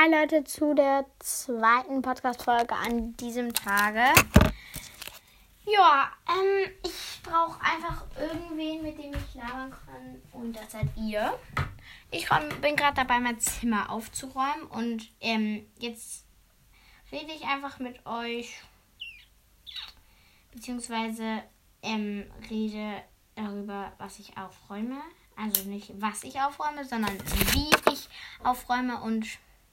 Hi Leute, zu der zweiten Podcast-Folge an diesem Tage. Ja, ich brauche einfach irgendwen, mit dem ich labern kann, und das seid ihr. Ich bin gerade dabei, mein Zimmer aufzuräumen und jetzt rede ich einfach mit euch, beziehungsweise rede darüber, was ich aufräume. Also nicht, was ich aufräume, sondern wie ich aufräume. Und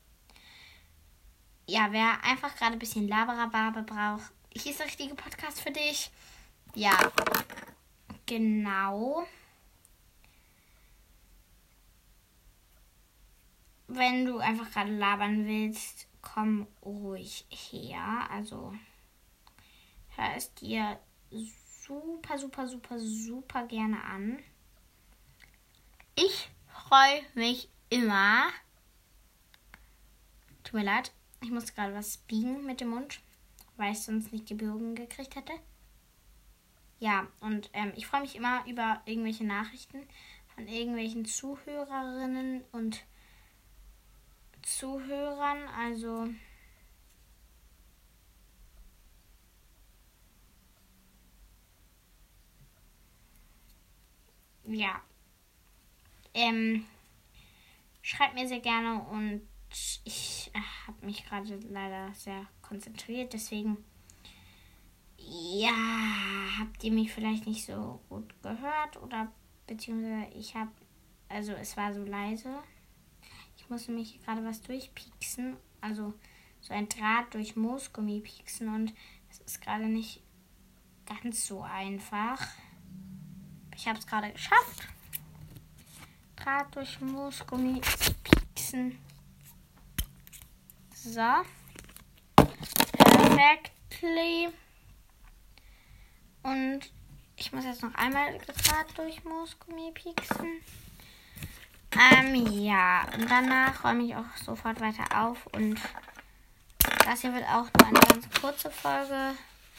ja, wer einfach gerade ein bisschen Laberababe braucht, hier ist der richtige Podcast für dich. Ja, genau. Wenn du einfach gerade labern willst, komm ruhig her. Also, hör es dir super gerne an. Ich freue mich immer. Tut mir leid, ich musste gerade was biegen mit dem Mund, weil ich sonst nicht die Biegung gekriegt hätte. Ja, und ich freue mich immer über irgendwelche Nachrichten von irgendwelchen Zuhörerinnen und Zuhörern. Also ja, schreibt mir sehr gerne, und ich habe mich gerade leider sehr konzentriert, deswegen ja, habt ihr mich vielleicht nicht so gut gehört, oder beziehungsweise es war so leise. Ich musste mich gerade was durchpieksen, also so ein Draht durch Moosgummi pieksen, und das ist gerade nicht ganz so einfach. Ich habe es gerade geschafft. Draht durch Moosgummi pieksen. So. Perfectly. Und ich muss jetzt noch einmal Draht durch Moosgummi pieksen. Ja, und danach räume ich auch sofort weiter auf, und das hier wird auch nur eine ganz kurze Folge.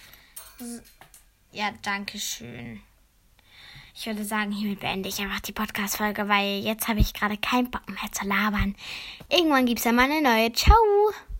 Ja, danke schön. Ich würde sagen, hiermit beende ich einfach die Podcast-Folge, weil jetzt habe ich gerade keinen Bock mehr zu labern. Irgendwann gibt es ja mal eine neue. Ciao!